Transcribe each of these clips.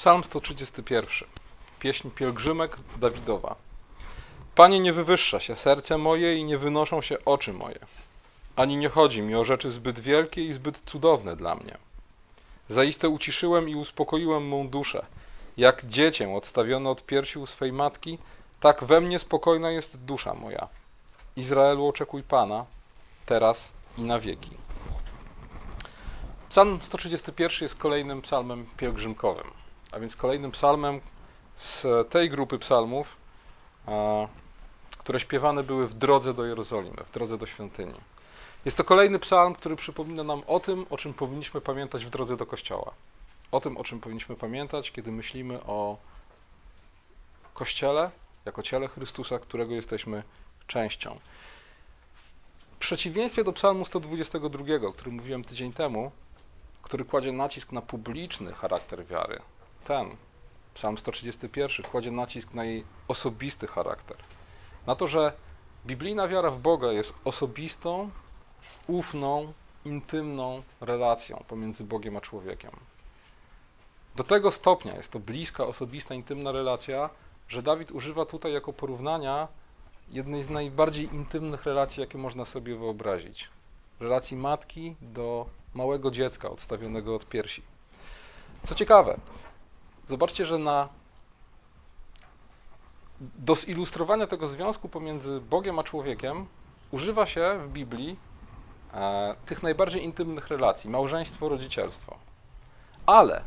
Psalm 131. Pieśń pielgrzymek Dawidowa. Panie, nie wywyższa się serce moje i nie wynoszą się oczy moje, ani nie chodzi mi o rzeczy zbyt wielkie i zbyt cudowne dla mnie. Zaiste uciszyłem i uspokoiłem mą duszę. Jak dziecię odstawione od piersi u swej matki, tak we mnie spokojna jest dusza moja. Izraelu, oczekuj Pana, teraz i na wieki. Psalm 131 jest kolejnym psalmem pielgrzymkowym, a więc kolejnym psalmem z tej grupy psalmów, które śpiewane były w drodze do Jerozolimy, w drodze do świątyni. Jest to kolejny psalm, który przypomina nam o tym, o czym powinniśmy pamiętać w drodze do Kościoła. O tym, o czym powinniśmy pamiętać, kiedy myślimy o Kościele jako ciele Chrystusa, którego jesteśmy częścią. W przeciwieństwie do psalmu 122, o którym mówiłem tydzień temu, który kładzie nacisk na publiczny charakter wiary, ten psalm 131 kładzie nacisk na jej osobisty charakter. Na to, że biblijna wiara w Boga jest osobistą, ufną, intymną relacją pomiędzy Bogiem a człowiekiem. Do tego stopnia jest to bliska, osobista, intymna relacja, że Dawid używa tutaj jako porównania jednej z najbardziej intymnych relacji, jakie można sobie wyobrazić. Relacji matki do małego dziecka odstawionego od piersi. Co ciekawe, zobaczcie, że do zilustrowania tego związku pomiędzy Bogiem a człowiekiem używa się w Biblii tych najbardziej intymnych relacji, małżeństwo, rodzicielstwo. Ale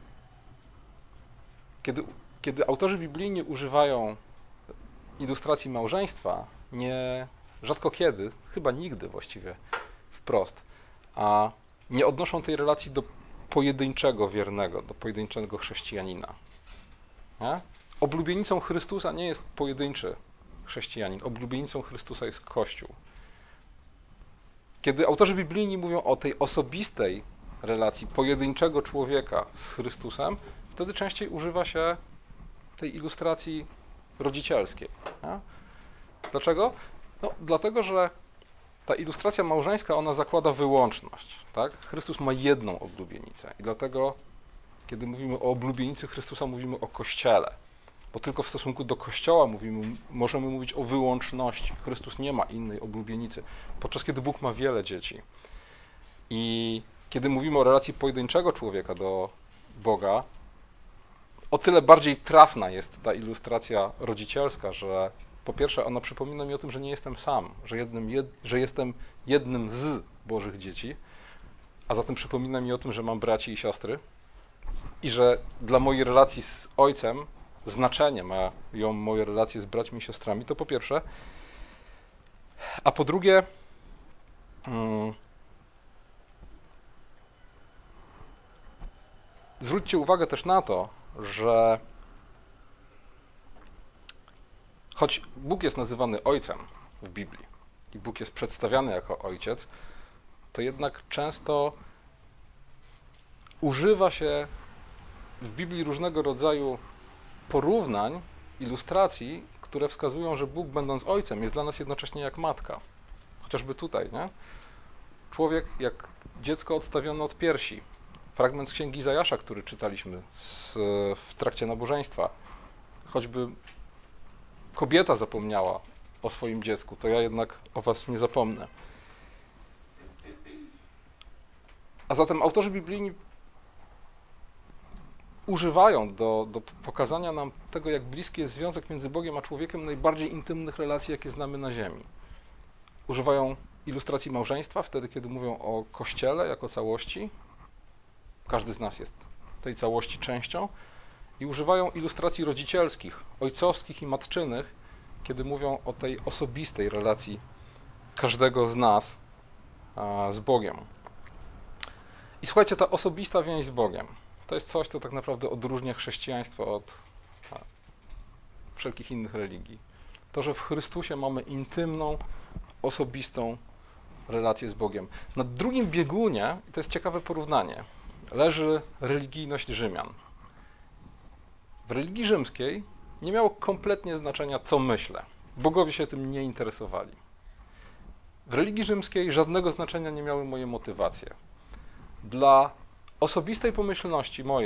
kiedy autorzy biblijni używają ilustracji małżeństwa, rzadko kiedy, chyba nigdy właściwie wprost, a nie odnoszą tej relacji do pojedynczego wiernego, do pojedynczego chrześcijanina. Nie? Oblubienicą Chrystusa nie jest pojedynczy chrześcijanin, oblubienicą Chrystusa jest Kościół. Kiedy autorzy biblijni mówią o tej osobistej relacji pojedynczego człowieka z Chrystusem, wtedy częściej używa się tej ilustracji rodzicielskiej. Nie? Dlaczego? No, dlatego, że ta ilustracja małżeńska, ona zakłada wyłączność. Tak? Chrystus ma jedną oblubienicę i dlatego, kiedy mówimy o oblubienicy Chrystusa, mówimy o Kościele. Bo tylko w stosunku do Kościoła możemy mówić o wyłączności. Chrystus nie ma innej oblubienicy, podczas kiedy Bóg ma wiele dzieci. I kiedy mówimy o relacji pojedynczego człowieka do Boga, o tyle bardziej trafna jest ta ilustracja rodzicielska, że po pierwsze ona przypomina mi o tym, że nie jestem sam, że jestem jednym z Bożych dzieci, a zatem przypomina mi o tym, że mam braci i siostry i że dla mojej relacji z Ojcem znaczenie mają moje relacje z braćmi i siostrami, to po pierwsze. A po drugie, zwróćcie uwagę też na to, że choć Bóg jest nazywany Ojcem w Biblii i Bóg jest przedstawiany jako Ojciec, to jednak często używa się w Biblii różnego rodzaju porównań, ilustracji, które wskazują, że Bóg, będąc Ojcem, jest dla nas jednocześnie jak matka. Chociażby tutaj, nie? Człowiek jak dziecko odstawione od piersi. Fragment z księgi Izajasza, który czytaliśmy w trakcie nabożeństwa. Choćby kobieta zapomniała o swoim dziecku, to ja jednak o was nie zapomnę. A zatem autorzy biblijni używają do pokazania nam tego, jak bliski jest związek między Bogiem a człowiekiem, najbardziej intymnych relacji, jakie znamy na ziemi. Używają ilustracji małżeństwa, wtedy kiedy mówią o Kościele jako całości. Każdy z nas jest tej całości częścią. I używają ilustracji rodzicielskich, ojcowskich i matczynych, kiedy mówią o tej osobistej relacji każdego z nas z Bogiem. I słuchajcie, ta osobista więź z Bogiem to jest coś, co tak naprawdę odróżnia chrześcijaństwo od wszelkich innych religii. To, że w Chrystusie mamy intymną, osobistą relację z Bogiem. Na drugim biegunie, i to jest ciekawe porównanie, leży religijność Rzymian. W religii rzymskiej nie miało kompletnie znaczenia, co myślę. Bogowie się tym nie interesowali. W religii rzymskiej żadnego znaczenia nie miały moje motywacje. Dla osobistej pomyślności mojej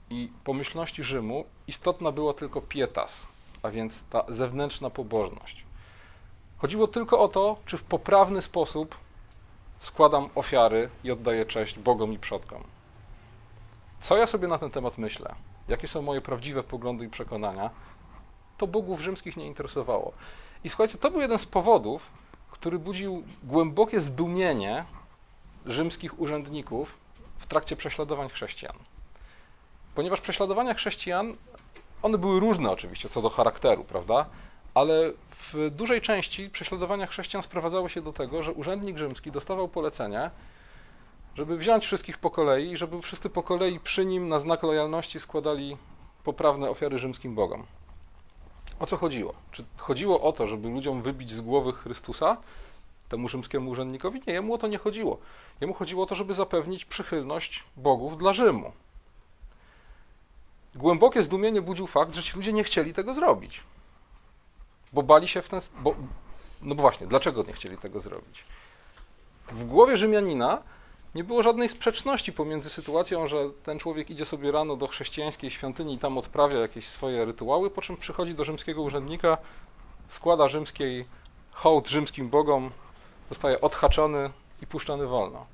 i pomyślności Rzymu istotna była tylko pietas, a więc ta zewnętrzna pobożność. Chodziło tylko o to, czy w poprawny sposób składam ofiary i oddaję cześć Bogom i przodkom. Co ja sobie na ten temat myślę? Jakie są moje prawdziwe poglądy i przekonania? To bogów rzymskich nie interesowało. I słuchajcie, to był jeden z powodów, który budził głębokie zdumienie rzymskich urzędników w trakcie prześladowań chrześcijan. Ponieważ prześladowania chrześcijan, one były różne oczywiście co do charakteru, prawda? Ale w dużej części prześladowania chrześcijan sprowadzały się do tego, że urzędnik rzymski dostawał polecenie, żeby wziąć wszystkich po kolei i żeby wszyscy po kolei przy nim na znak lojalności składali poprawne ofiary rzymskim bogom. O co chodziło? Czy chodziło o to, żeby ludziom wybić z głowy Chrystusa, temu rzymskiemu urzędnikowi? Nie, jemu o to nie chodziło. Jemu chodziło o to, żeby zapewnić przychylność bogów dla Rzymu. Głębokie zdumienie budził fakt, że ci ludzie nie chcieli tego zrobić. Bo bali się no bo właśnie, dlaczego nie chcieli tego zrobić? W głowie Rzymianina nie było żadnej sprzeczności pomiędzy sytuacją, że ten człowiek idzie sobie rano do chrześcijańskiej świątyni i tam odprawia jakieś swoje rytuały, po czym przychodzi do rzymskiego urzędnika, składa hołd rzymskim bogom, zostaje odhaczony i puszczony wolno.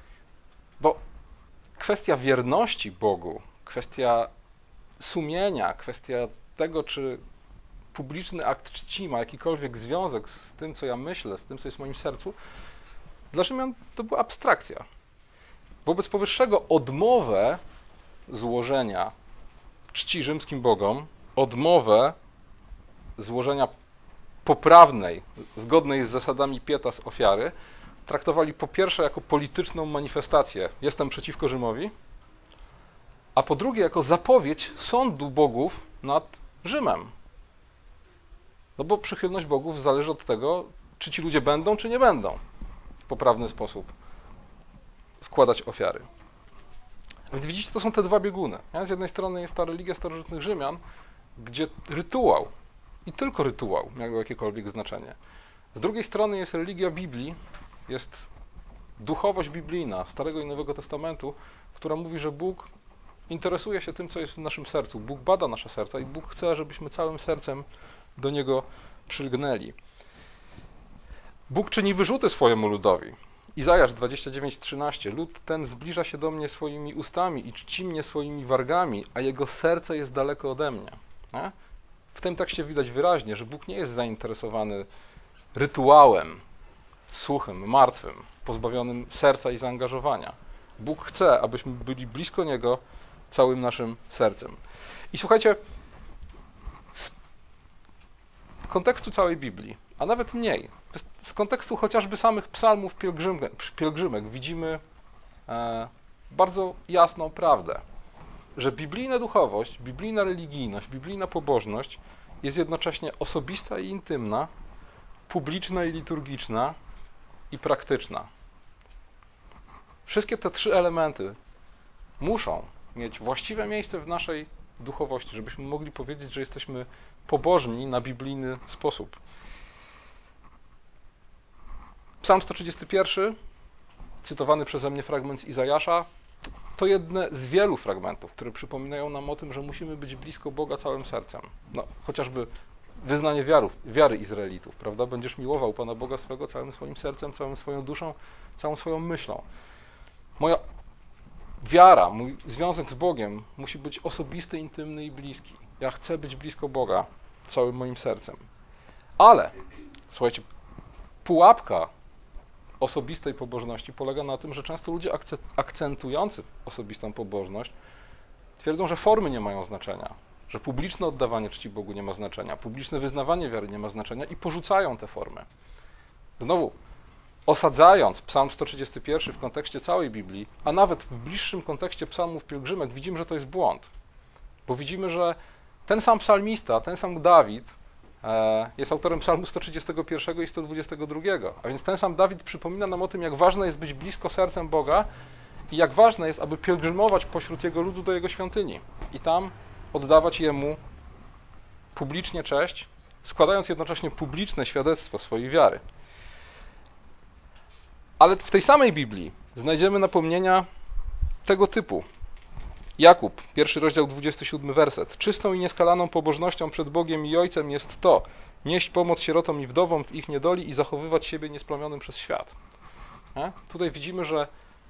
Bo kwestia wierności Bogu, kwestia sumienia, kwestia tego, czy publiczny akt czci ma jakikolwiek związek z tym, co ja myślę, z tym, co jest w moim sercu, dla Rzymian to była abstrakcja. Wobec powyższego odmowę złożenia czci rzymskim bogom, odmowę złożenia poprawnej, zgodnej z zasadami pietas ofiary, traktowali po pierwsze jako polityczną manifestację, jestem przeciwko Rzymowi, a po drugie jako zapowiedź sądu bogów nad Rzymem. No bo przychylność bogów zależy od tego, czy ci ludzie będą, czy nie będą w poprawny sposób składać ofiary. Więc widzicie, to są te dwa bieguny. Z jednej strony jest ta religia starożytnych Rzymian, gdzie rytuał i tylko rytuał miał jakiekolwiek znaczenie. Z drugiej strony jest religia Biblii, jest duchowość biblijna Starego i Nowego Testamentu, która mówi, że Bóg interesuje się tym, co jest w naszym sercu. Bóg bada nasze serca i Bóg chce, żebyśmy całym sercem do Niego przylgnęli. Bóg czyni wyrzuty swojemu ludowi. Izajasz 29:13. Lud ten zbliża się do mnie swoimi ustami i czci mnie swoimi wargami, a jego serce jest daleko ode mnie. Nie? W tym tekście widać wyraźnie, że Bóg nie jest zainteresowany rytuałem suchym, martwym, pozbawionym serca i zaangażowania. Bóg chce, abyśmy byli blisko Niego całym naszym sercem. I słuchajcie, z kontekstu całej Biblii, a nawet mniej, z kontekstu chociażby samych psalmów pielgrzymek widzimy bardzo jasną prawdę, że biblijna duchowość, biblijna religijność, biblijna pobożność jest jednocześnie osobista i intymna, publiczna i liturgiczna i praktyczna. Wszystkie te trzy elementy muszą mieć właściwe miejsce w naszej duchowości, żebyśmy mogli powiedzieć, że jesteśmy pobożni na biblijny sposób. Psalm 131, cytowany przeze mnie fragment z Izajasza, to jedne z wielu fragmentów, które przypominają nam o tym, że musimy być blisko Boga całym sercem. No, chociażby wyznanie wiary Izraelitów, prawda? Będziesz miłował Pana Boga swego całym swoim sercem, całą swoją duszą, całą swoją myślą. Moja wiara, mój związek z Bogiem musi być osobisty, intymny i bliski. Ja chcę być blisko Boga całym moim sercem. Ale, słuchajcie, pułapka osobistej pobożności polega na tym, że często ludzie akcentujący osobistą pobożność twierdzą, że formy nie mają znaczenia, że publiczne oddawanie czci Bogu nie ma znaczenia, publiczne wyznawanie wiary nie ma znaczenia i porzucają te formy. Znowu, osadzając Psalm 131 w kontekście całej Biblii, a nawet w bliższym kontekście psalmów pielgrzymek, widzimy, że to jest błąd. Bo widzimy, że ten sam psalmista, ten sam Dawid jest autorem psalmu 131 i 122. A więc ten sam Dawid przypomina nam o tym, jak ważne jest być blisko sercem Boga i jak ważne jest, aby pielgrzymować pośród Jego ludu do Jego świątyni i tam oddawać Jemu publicznie cześć, składając jednocześnie publiczne świadectwo swojej wiary. Ale w tej samej Biblii znajdziemy napomnienia tego typu. Jakub, 1 rozdział, 27 werset. Czystą i nieskalaną pobożnością przed Bogiem i Ojcem jest to, nieść pomoc sierotom i wdowom w ich niedoli i zachowywać siebie niesplamionym przez świat. Tutaj widzimy, że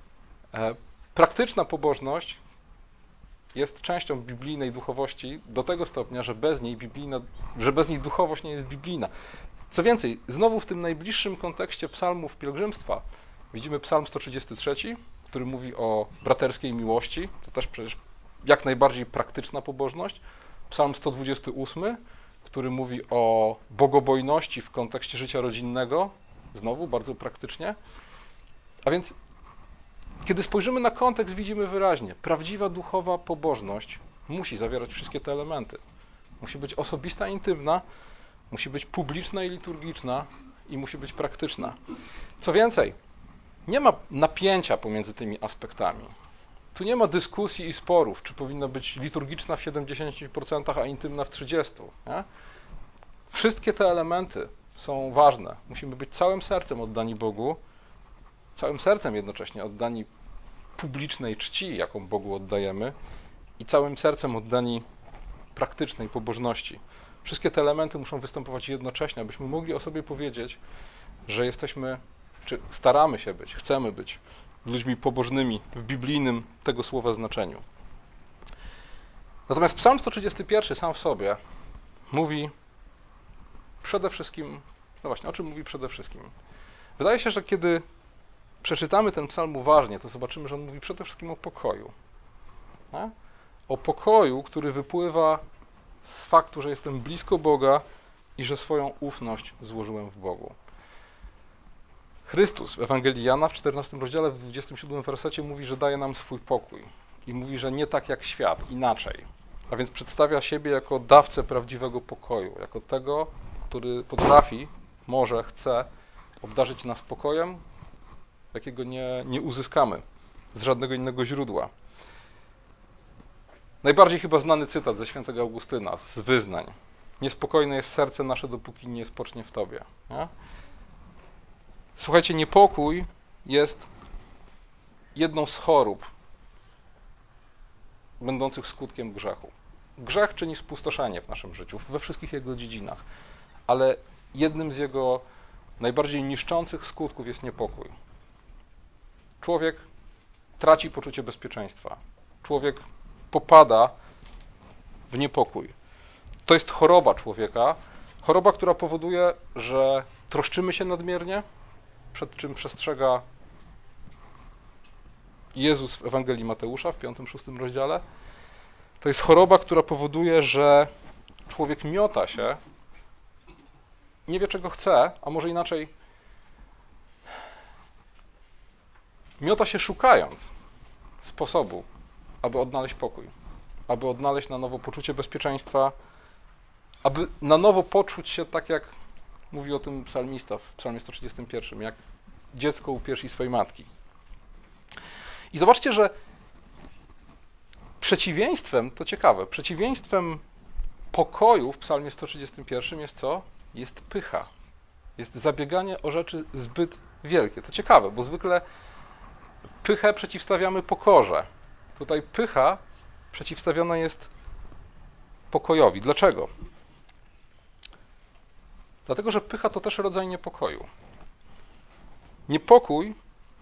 praktyczna pobożność jest częścią biblijnej duchowości do tego stopnia, że bez niej duchowość nie jest biblijna. Co więcej, znowu w tym najbliższym kontekście psalmów pielgrzymstwa widzimy psalm 133, który mówi o braterskiej miłości, to też przecież jak najbardziej praktyczna pobożność. Psalm 128, który mówi o bogobojności w kontekście życia rodzinnego, znowu bardzo praktycznie. A więc kiedy spojrzymy na kontekst, widzimy wyraźnie, prawdziwa duchowa pobożność musi zawierać wszystkie te elementy. Musi być osobista, intymna, musi być publiczna i liturgiczna i musi być praktyczna. Co więcej, nie ma napięcia pomiędzy tymi aspektami. Tu nie ma dyskusji i sporów, czy powinna być liturgiczna w 70%, a intymna w 30%. Nie? Wszystkie te elementy są ważne. Musimy być całym sercem oddani Bogu, całym sercem jednocześnie oddani publicznej czci, jaką Bogu oddajemy, i całym sercem oddani praktycznej pobożności. Wszystkie te elementy muszą występować jednocześnie, abyśmy mogli o sobie powiedzieć, że jesteśmy, czy staramy się być, chcemy być ludźmi pobożnymi w biblijnym tego słowa znaczeniu. Natomiast Psalm 131 sam w sobie mówi przede wszystkim, no właśnie, o czym mówi przede wszystkim? Wydaje się, że kiedy przeczytamy ten psalm uważnie, to zobaczymy, że on mówi przede wszystkim o pokoju. Nie? O pokoju, który wypływa z faktu, że jestem blisko Boga i że swoją ufność złożyłem w Bogu. Chrystus w Ewangelii Jana w 14 rozdziale, w 27 wersecie mówi, że daje nam swój pokój. I mówi, że nie tak jak świat, inaczej. A więc przedstawia siebie jako dawcę prawdziwego pokoju, jako tego, który potrafi, może, chce obdarzyć nas pokojem, jakiego nie uzyskamy z żadnego innego źródła. Najbardziej chyba znany cytat ze świętego Augustyna, z wyznań. Niespokojne jest serce nasze, dopóki nie spocznie w Tobie. Nie? Słuchajcie, niepokój jest jedną z chorób będących skutkiem grzechu. Grzech czyni spustoszenie w naszym życiu, we wszystkich jego dziedzinach, ale jednym z jego najbardziej niszczących skutków jest niepokój. Człowiek traci poczucie bezpieczeństwa. Człowiek popada w niepokój. To jest choroba człowieka, choroba, która powoduje, że troszczymy się nadmiernie, przed czym przestrzega Jezus w Ewangelii Mateusza w 5-6 rozdziale. To jest choroba, która powoduje, że człowiek miota się, nie wie czego chce, a może inaczej, miota się szukając sposobu, aby odnaleźć pokój, aby odnaleźć na nowo poczucie bezpieczeństwa, aby na nowo poczuć się tak, jak mówi o tym psalmista w psalmie 131, jak dziecko u piersi swojej matki. I zobaczcie, że przeciwieństwem, to ciekawe, przeciwieństwem pokoju w psalmie 131 jest co? Jest pycha. Jest zabieganie o rzeczy zbyt wielkie. To ciekawe, bo zwykle pychę przeciwstawiamy pokorze. Tutaj pycha przeciwstawiona jest pokojowi. Dlaczego? Dlatego, że pycha to też rodzaj niepokoju. Niepokój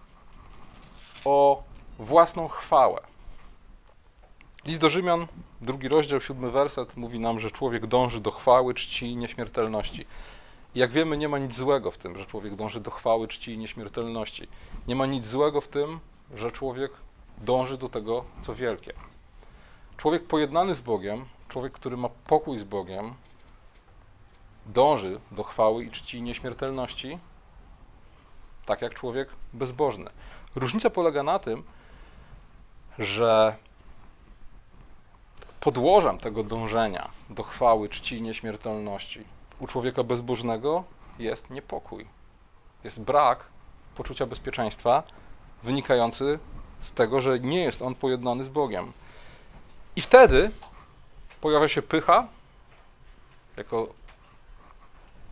o własną chwałę. List do Rzymian, 2 rozdział, 7 werset mówi nam, że człowiek dąży do chwały, czci i nieśmiertelności. I jak wiemy, nie ma nic złego w tym, że człowiek dąży do chwały, czci i nieśmiertelności. Nie ma nic złego w tym, że człowiek dąży do tego, co wielkie. Człowiek pojednany z Bogiem, człowiek, który ma pokój z Bogiem, dąży do chwały i czci i nieśmiertelności, tak jak człowiek bezbożny. Różnica polega na tym, że podłożem tego dążenia do chwały, czci i nieśmiertelności u człowieka bezbożnego jest niepokój. Jest brak poczucia bezpieczeństwa wynikający z tego, że nie jest on pojednany z Bogiem. I wtedy pojawia się pycha jako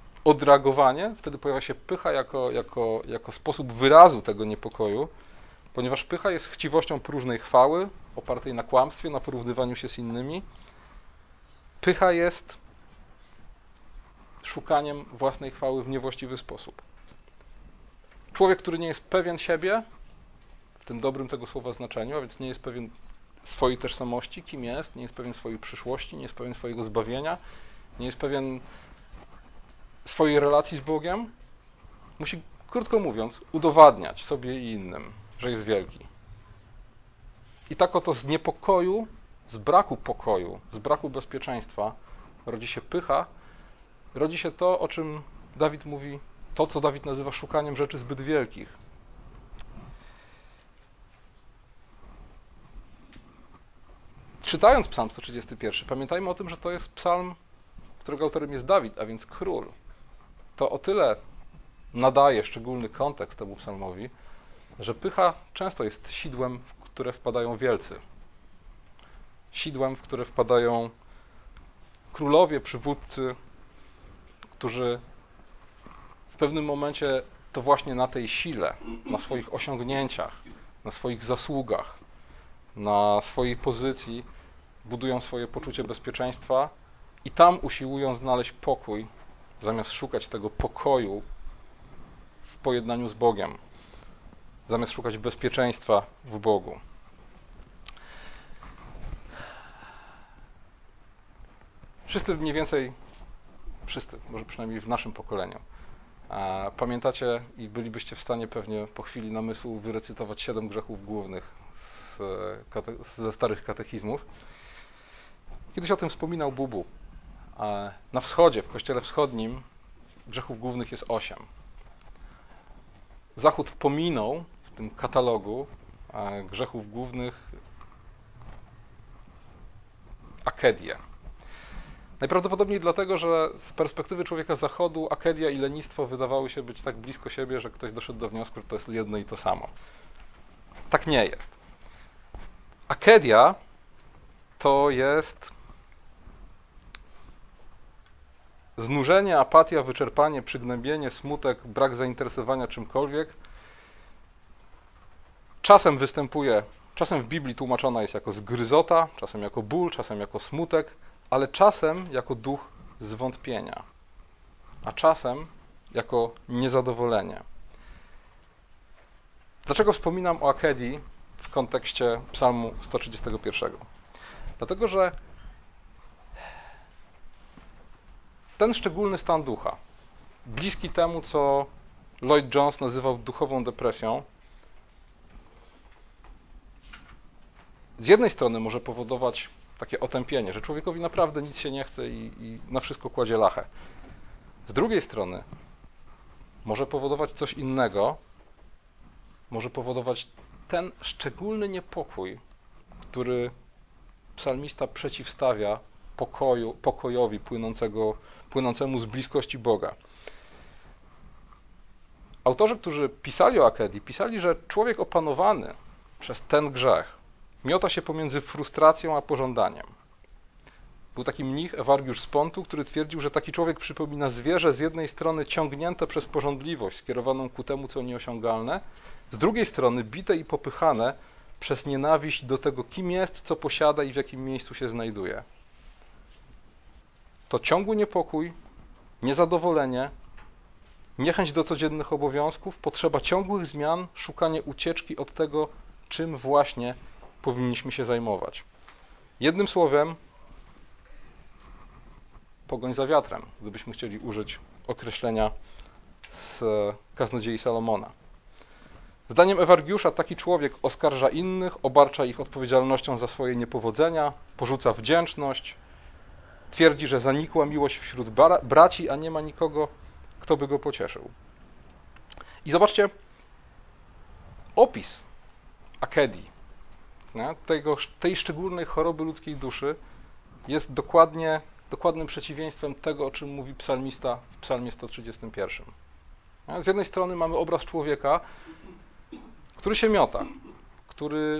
odreagowanie, wtedy pojawia się pycha jako sposób wyrazu tego niepokoju Ponieważ pycha jest chciwością próżnej chwały, opartej na kłamstwie, na porównywaniu się z innymi. Pycha jest szukaniem własnej chwały w niewłaściwy sposób. Człowiek, który nie jest pewien siebie, w tym dobrym tego słowa znaczeniu, a więc nie jest pewien swojej tożsamości, kim jest, nie jest pewien swojej przyszłości, nie jest pewien swojego zbawienia, nie jest pewien swojej relacji z Bogiem, musi, krótko mówiąc, udowadniać sobie i innym, że jest wielki. I tak oto z niepokoju, z braku pokoju, z braku bezpieczeństwa rodzi się pycha, rodzi się to, o czym Dawid mówi, to, co Dawid nazywa szukaniem rzeczy zbyt wielkich. Czytając Psalm 131, pamiętajmy o tym, że to jest psalm, którego autorem jest Dawid, a więc król. To o tyle nadaje szczególny kontekst temu psalmowi, że pycha często jest sidłem, w które wpadają wielcy. Sidłem, w które wpadają królowie, przywódcy, którzy w pewnym momencie to właśnie na tej sile, na swoich osiągnięciach, na swoich zasługach, na swojej pozycji budują swoje poczucie bezpieczeństwa i tam usiłują znaleźć pokój, zamiast szukać tego pokoju w pojednaniu z Bogiem, zamiast szukać bezpieczeństwa w Bogu. Wszyscy mniej więcej, może przynajmniej w naszym pokoleniu, pamiętacie i bylibyście w stanie pewnie po chwili namysłu wyrecytować 7 grzechów głównych ze starych katechizmów. Kiedyś o tym wspominał Bubu. Na wschodzie, w kościele wschodnim grzechów głównych jest 8. Zachód pominął w tym katalogu grzechów głównych akedię. Najprawdopodobniej dlatego, że z perspektywy człowieka Zachodu akedia i lenistwo wydawały się być tak blisko siebie, że ktoś doszedł do wniosku, że to jest jedno i to samo. Tak nie jest. Akedia to jest znużenie, apatia, wyczerpanie, przygnębienie, smutek, brak zainteresowania czymkolwiek. Czasem w Biblii tłumaczona jest jako zgryzota, czasem jako ból, czasem jako smutek, ale czasem jako duch zwątpienia, a czasem jako niezadowolenie. Dlaczego wspominam o akedii w kontekście Psalmu 131? Dlatego, że ten szczególny stan ducha, bliski temu, co Lloyd Jones nazywał duchową depresją, z jednej strony może powodować takie otępienie, że człowiekowi naprawdę nic się nie chce i na wszystko kładzie lachę. Z drugiej strony może powodować coś innego, może powodować ten szczególny niepokój, który psalmista przeciwstawia pokojowi płynącemu z bliskości Boga. Autorzy, którzy pisali o akedii, pisali, że człowiek opanowany przez ten grzech miota się pomiędzy frustracją a pożądaniem. Był taki mnich Ewargiusz z Pontu, który twierdził, że taki człowiek przypomina zwierzę z jednej strony ciągnięte przez pożądliwość skierowaną ku temu, co nieosiągalne, z drugiej strony bite i popychane przez nienawiść do tego, kim jest, co posiada i w jakim miejscu się znajduje. To ciągły niepokój, niezadowolenie, niechęć do codziennych obowiązków, potrzeba ciągłych zmian, szukanie ucieczki od tego, czym właśnie powinniśmy się zajmować. Jednym słowem, pogoń za wiatrem, gdybyśmy chcieli użyć określenia z Kaznodziei Salomona. Zdaniem Ewargiusza taki człowiek oskarża innych, obarcza ich odpowiedzialnością za swoje niepowodzenia, porzuca wdzięczność, twierdzi, że zanikła miłość wśród braci, a nie ma nikogo, kto by go pocieszył. I zobaczcie, opis akedii, tej szczególnej choroby ludzkiej duszy jest dokładnym przeciwieństwem tego, o czym mówi psalmista w psalmie 131. Z jednej strony mamy obraz człowieka, który się miota, który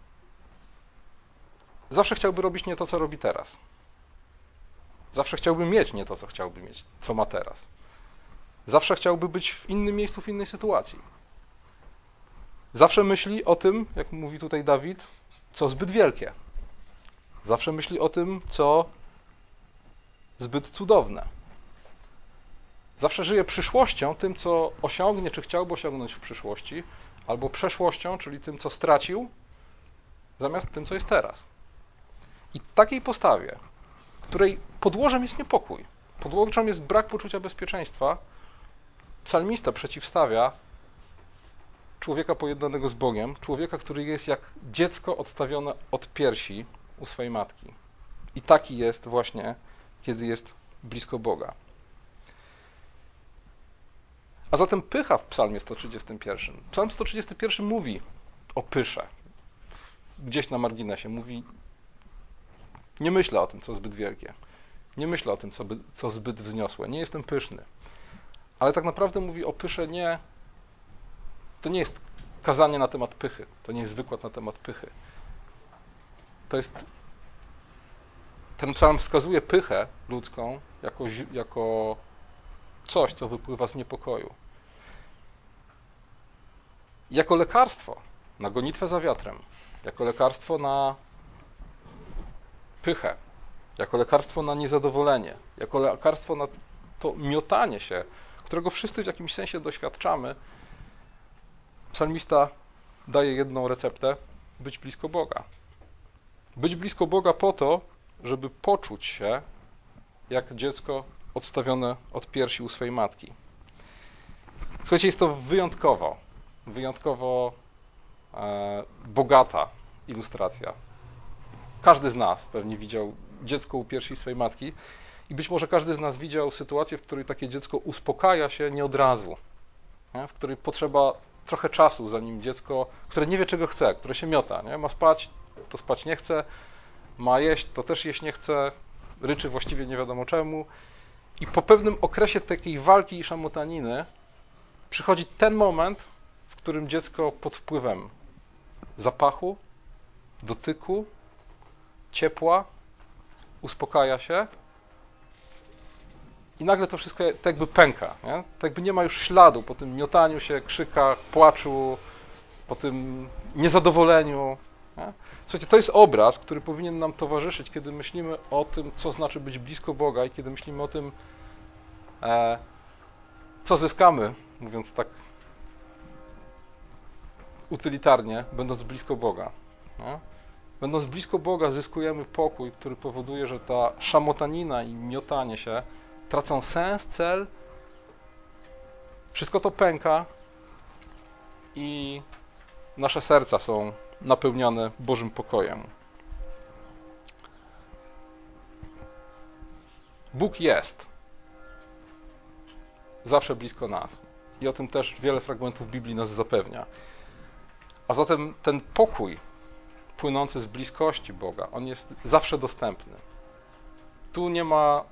zawsze chciałby robić nie to, co robi teraz. Zawsze chciałby mieć nie to, co chciałby mieć, co ma teraz. Zawsze chciałby być w innym miejscu, w innej sytuacji. Zawsze myśli o tym, jak mówi tutaj Dawid, co zbyt wielkie. Zawsze myśli o tym, co zbyt cudowne. Zawsze żyje przyszłością, tym, co osiągnie, czy chciałby osiągnąć w przyszłości, albo przeszłością, czyli tym, co stracił, zamiast tym, co jest teraz. I takiej postawie, której podłożem jest niepokój, podłożem jest brak poczucia bezpieczeństwa, psalmista przeciwstawia człowieka pojednanego z Bogiem, człowieka, który jest jak dziecko odstawione od piersi u swej matki. I taki jest właśnie, kiedy jest blisko Boga. A zatem pycha w psalmie 131. Psalm 131 mówi o pysze. Gdzieś na marginesie mówi: nie myślę o tym, co zbyt wielkie. Nie myślę o tym, co zbyt wzniosłe. Nie jestem pyszny. Ale tak naprawdę mówi o pysze nie... To nie jest kazanie na temat pychy. To nie jest wykład na temat pychy. To jest... Ten psalm wskazuje pychę ludzką jako coś, co wypływa z niepokoju. Jako lekarstwo na gonitwę za wiatrem. Jako lekarstwo na pychę. Jako lekarstwo na niezadowolenie. Jako lekarstwo na to miotanie się, którego wszyscy w jakimś sensie doświadczamy. Psalmista daje jedną receptę: być blisko Boga. Być blisko Boga po to, żeby poczuć się jak dziecko odstawione od piersi u swojej matki. Słuchajcie, jest to wyjątkowo bogata ilustracja. Każdy z nas pewnie widział dziecko u piersi swojej matki i być może każdy z nas widział sytuację, w której takie dziecko uspokaja się nie od razu, nie? W której potrzeba trochę czasu, zanim dziecko, które nie wie, czego chce, które się miota, nie? Ma spać, to spać nie chce, ma jeść, to też jeść nie chce, ryczy właściwie nie wiadomo czemu. I po pewnym okresie takiej walki i szamotaniny przychodzi ten moment, w którym dziecko pod wpływem zapachu, dotyku, ciepła uspokaja się i nagle to wszystko tak jakby pęka. Nie? Tak jakby nie ma już śladu po tym miotaniu się, krzykach, płaczu, po tym niezadowoleniu. Nie? Słuchajcie, to jest obraz, który powinien nam towarzyszyć, kiedy myślimy o tym, co znaczy być blisko Boga i kiedy myślimy o tym, co zyskamy, mówiąc tak utylitarnie, będąc blisko Boga. Nie? Będąc blisko Boga, zyskujemy pokój, który powoduje, że ta szamotanina i miotanie się tracą sens, cel, wszystko to pęka i nasze serca są napełniane Bożym pokojem. Bóg jest zawsze blisko nas i o tym też wiele fragmentów Biblii nas zapewnia. A zatem ten pokój płynący z bliskości Boga, on jest zawsze dostępny. Tu nie ma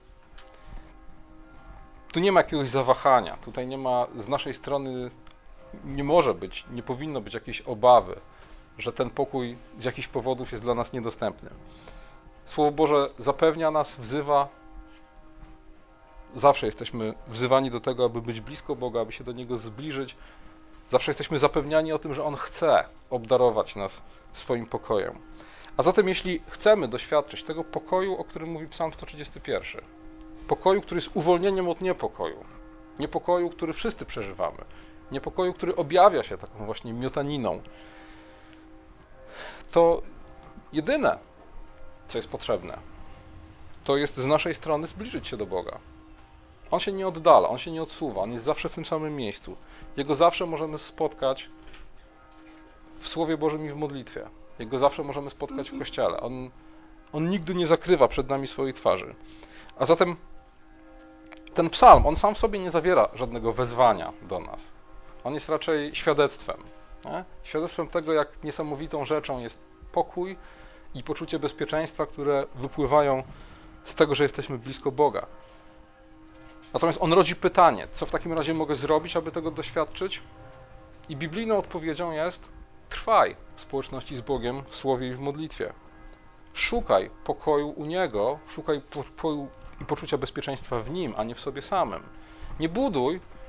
jakiegoś zawahania, tutaj nie ma z naszej strony, nie może być, nie powinno być jakiejś obawy, że ten pokój z jakichś powodów jest dla nas niedostępny. Słowo Boże zapewnia nas, wzywa. Zawsze jesteśmy wzywani do tego, aby być blisko Boga, aby się do Niego zbliżyć. Zawsze jesteśmy zapewniani o tym, że On chce obdarować nas swoim pokojem. A zatem jeśli chcemy doświadczyć tego pokoju, o którym mówi Psalm 131, pokoju, który jest uwolnieniem od niepokoju, niepokoju, który wszyscy przeżywamy, niepokoju, który objawia się taką właśnie miotaniną, to jedyne, co jest potrzebne, to jest z naszej strony zbliżyć się do Boga. On się nie oddala, On się nie odsuwa, On jest zawsze w tym samym miejscu. Jego zawsze możemy spotkać w Słowie Bożym i w modlitwie. Jego zawsze możemy spotkać w Kościele. On nigdy nie zakrywa przed nami swojej twarzy. A zatem ten psalm, on sam w sobie nie zawiera żadnego wezwania do nas. On jest raczej świadectwem. Nie? Świadectwem tego, jak niesamowitą rzeczą jest pokój i poczucie bezpieczeństwa, które wypływają z tego, że jesteśmy blisko Boga. Natomiast on rodzi pytanie, co w takim razie mogę zrobić, aby tego doświadczyć? I biblijną odpowiedzią jest: trwaj w społeczności z Bogiem, w słowie i w modlitwie. Szukaj pokoju u Niego, szukaj pokoju i poczucia bezpieczeństwa w Nim, a nie w sobie samym. Nie buduj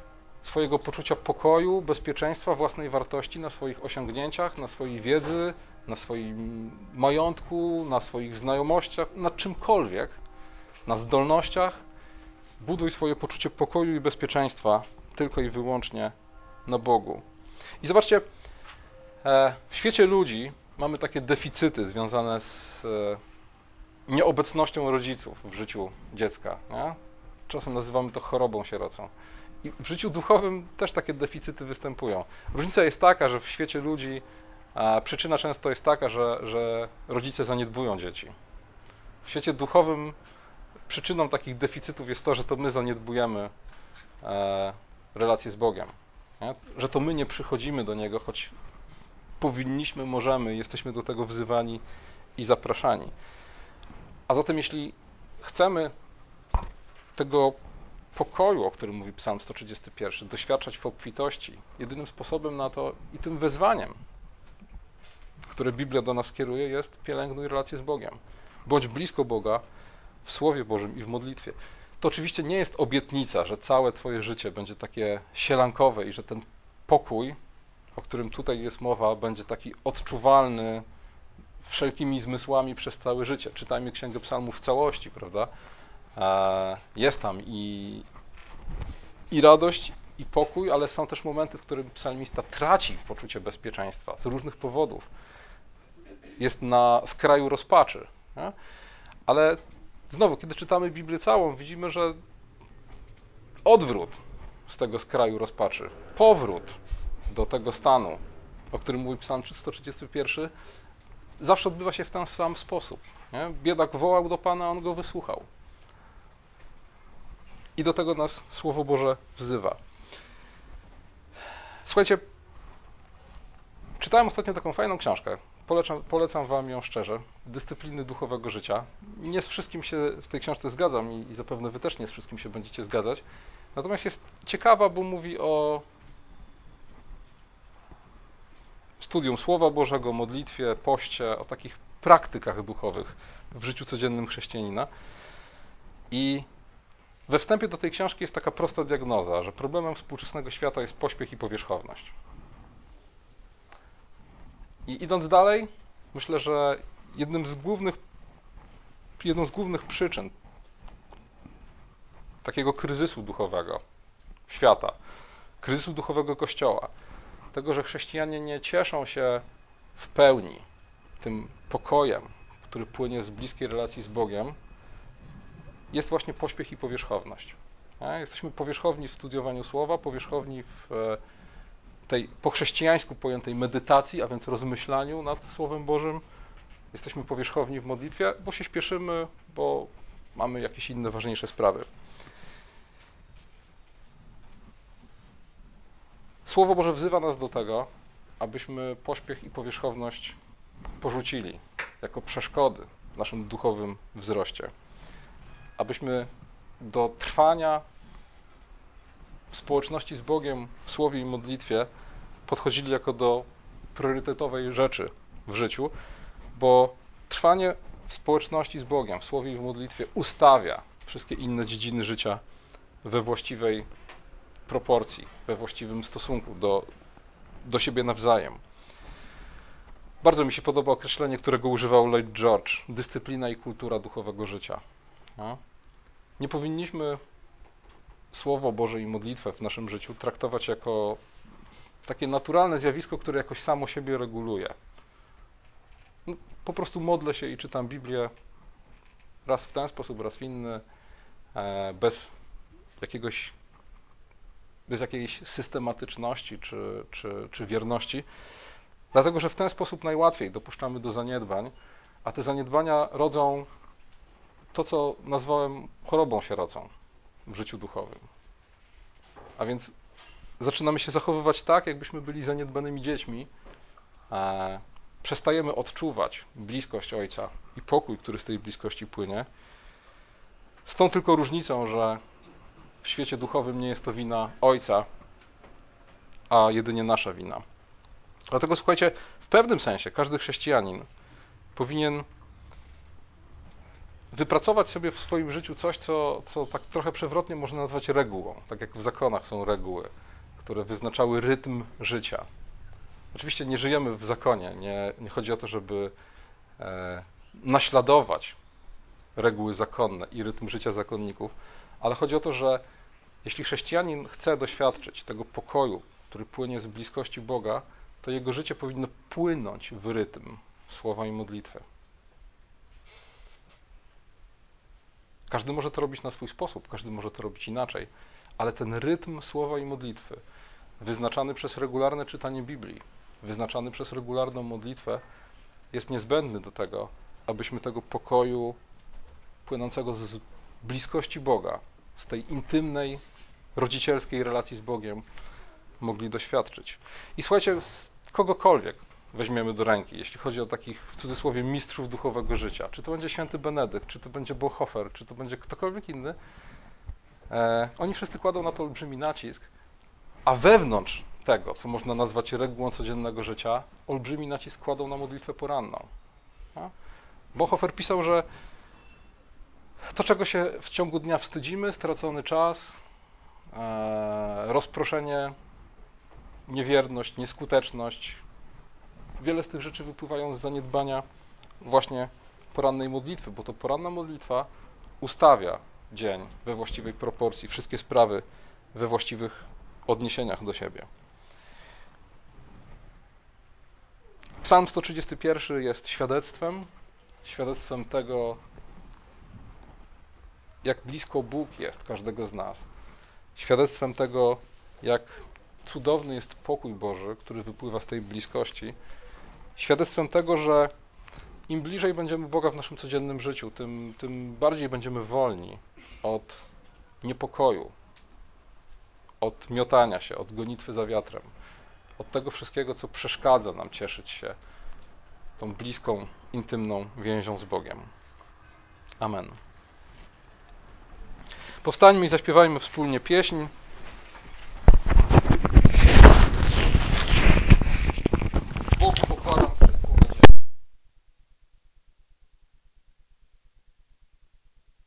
swojego poczucia pokoju, bezpieczeństwa, własnej wartości na swoich osiągnięciach, na swojej wiedzy, na swoim majątku, na swoich znajomościach, na czymkolwiek, na zdolnościach. Buduj swoje poczucie pokoju i bezpieczeństwa tylko i wyłącznie na Bogu. I zobaczcie, w świecie ludzi mamy takie deficyty związane z nieobecnością rodziców w życiu dziecka. Nie? Czasem nazywamy to chorobą sierocą. I w życiu duchowym też takie deficyty występują. Różnica jest taka, że w świecie ludzi przyczyna często jest taka, że rodzice zaniedbują dzieci. W świecie duchowym przyczyną takich deficytów jest to, że to my zaniedbujemy relacje z Bogiem. Nie? Że to my nie przychodzimy do Niego, choć powinniśmy, możemy, jesteśmy do tego wzywani i zapraszani. A zatem jeśli chcemy tego pokoju, o którym mówi Psalm 131, doświadczać w obfitości, jedynym sposobem na to i tym wezwaniem, które Biblia do nas kieruje, jest pielęgnuj relacje z Bogiem. Bądź blisko Boga w Słowie Bożym i w modlitwie. To oczywiście nie jest obietnica, że całe Twoje życie będzie takie sielankowe i że ten pokój, o którym tutaj jest mowa, będzie taki odczuwalny wszelkimi zmysłami przez całe życie. Czytajmy Księgę Psalmów w całości, prawda? Jest tam i radość, i pokój, ale są też momenty, w którym psalmista traci poczucie bezpieczeństwa z różnych powodów. Jest na skraju rozpaczy. Nie? Ale znowu, kiedy czytamy Biblię całą, widzimy, że odwrót z tego skraju rozpaczy, powrót do tego stanu, o którym mówi Psalm 131, zawsze odbywa się w ten sam sposób. Nie? Biedak wołał do Pana, a On go wysłuchał. I do tego nas Słowo Boże wzywa. Słuchajcie, czytałem ostatnio taką fajną książkę. Polecam Wam ją szczerze. Dyscypliny duchowego życia. Nie z wszystkim się w tej książce zgadzam i zapewne Wy też nie z wszystkim się będziecie zgadzać. Natomiast jest ciekawa, bo mówi o studium Słowa Bożego, modlitwie, poście, o takich praktykach duchowych w życiu codziennym chrześcijanina. I we wstępie do tej książki jest taka prosta diagnoza, że problemem współczesnego świata jest pośpiech i powierzchowność. I idąc dalej, myślę, że jedną z głównych przyczyn takiego kryzysu duchowego świata, kryzysu duchowego Kościoła, tego, że chrześcijanie nie cieszą się w pełni tym pokojem, który płynie z bliskiej relacji z Bogiem, jest właśnie pośpiech i powierzchowność. Jesteśmy powierzchowni w studiowaniu Słowa, powierzchowni w tej po chrześcijańsku pojętej medytacji, a więc rozmyślaniu nad Słowem Bożym. Jesteśmy powierzchowni w modlitwie, bo się śpieszymy, bo mamy jakieś inne ważniejsze sprawy. Słowo Boże wzywa nas do tego, abyśmy pośpiech i powierzchowność porzucili jako przeszkody w naszym duchowym wzroście. Abyśmy do trwania w społeczności z Bogiem, w Słowie i modlitwie podchodzili jako do priorytetowej rzeczy w życiu, bo trwanie w społeczności z Bogiem, w Słowie i w modlitwie ustawia wszystkie inne dziedziny życia we właściwej proporcji, we właściwym stosunku do siebie nawzajem. Bardzo mi się podoba określenie, którego używał Lloyd George, dyscyplina i kultura duchowego życia. Nie powinniśmy Słowo Boże i modlitwę w naszym życiu traktować jako takie naturalne zjawisko, które jakoś samo siebie reguluje. Po prostu modlę się i czytam Biblię raz w ten sposób, raz w inny, bez jakiejś systematyczności czy wierności, dlatego że w ten sposób najłatwiej dopuszczamy do zaniedbań, a te zaniedbania rodzą to, co nazwałem chorobą sierocą w życiu duchowym. A więc zaczynamy się zachowywać tak, jakbyśmy byli zaniedbanymi dziećmi, przestajemy odczuwać bliskość Ojca i pokój, który z tej bliskości płynie, z tą tylko różnicą, że w świecie duchowym nie jest to wina Ojca, a jedynie nasza wina. Dlatego słuchajcie, w pewnym sensie każdy chrześcijanin powinien wypracować sobie w swoim życiu coś, co tak trochę przewrotnie można nazwać regułą, tak jak w zakonach są reguły. które wyznaczały rytm życia. Oczywiście nie żyjemy w zakonie, nie chodzi o to, żeby naśladować reguły zakonne i rytm życia zakonników, ale chodzi o to, że jeśli chrześcijanin chce doświadczyć tego pokoju, który płynie z bliskości Boga, to jego życie powinno płynąć w rytm słowa i modlitwy. Każdy może to robić na swój sposób, każdy może to robić inaczej, ale ten rytm słowa i modlitwy, wyznaczany przez regularne czytanie Biblii, wyznaczany przez regularną modlitwę, jest niezbędny do tego, abyśmy tego pokoju płynącego z bliskości Boga, z tej intymnej, rodzicielskiej relacji z Bogiem mogli doświadczyć. I słuchajcie, kogokolwiek weźmiemy do ręki, jeśli chodzi o takich, w cudzysłowie, mistrzów duchowego życia, czy to będzie święty Benedykt, czy to będzie Bonhoeffer, czy to będzie ktokolwiek inny, oni wszyscy kładą na to olbrzymi nacisk, a wewnątrz tego, co można nazwać regułą codziennego życia, olbrzymi nacisk kładą na modlitwę poranną. Bonhoeffer pisał, że to, czego się w ciągu dnia wstydzimy, stracony czas, rozproszenie, niewierność, nieskuteczność, wiele z tych rzeczy wypływają z zaniedbania właśnie porannej modlitwy, bo to poranna modlitwa ustawia dzień we właściwej proporcji, wszystkie sprawy we właściwych odniesieniach do siebie. Psalm 131 jest świadectwem tego, jak blisko Bóg jest każdego z nas. Świadectwem tego, jak cudowny jest pokój Boży, który wypływa z tej bliskości. Świadectwem tego, że im bliżej będziemy Boga w naszym codziennym życiu, tym bardziej będziemy wolni od niepokoju, od miotania się, od gonitwy za wiatrem, od tego wszystkiego, co przeszkadza nam cieszyć się tą bliską, intymną więzią z Bogiem. Amen. Powstańmy i zaśpiewajmy wspólnie pieśń.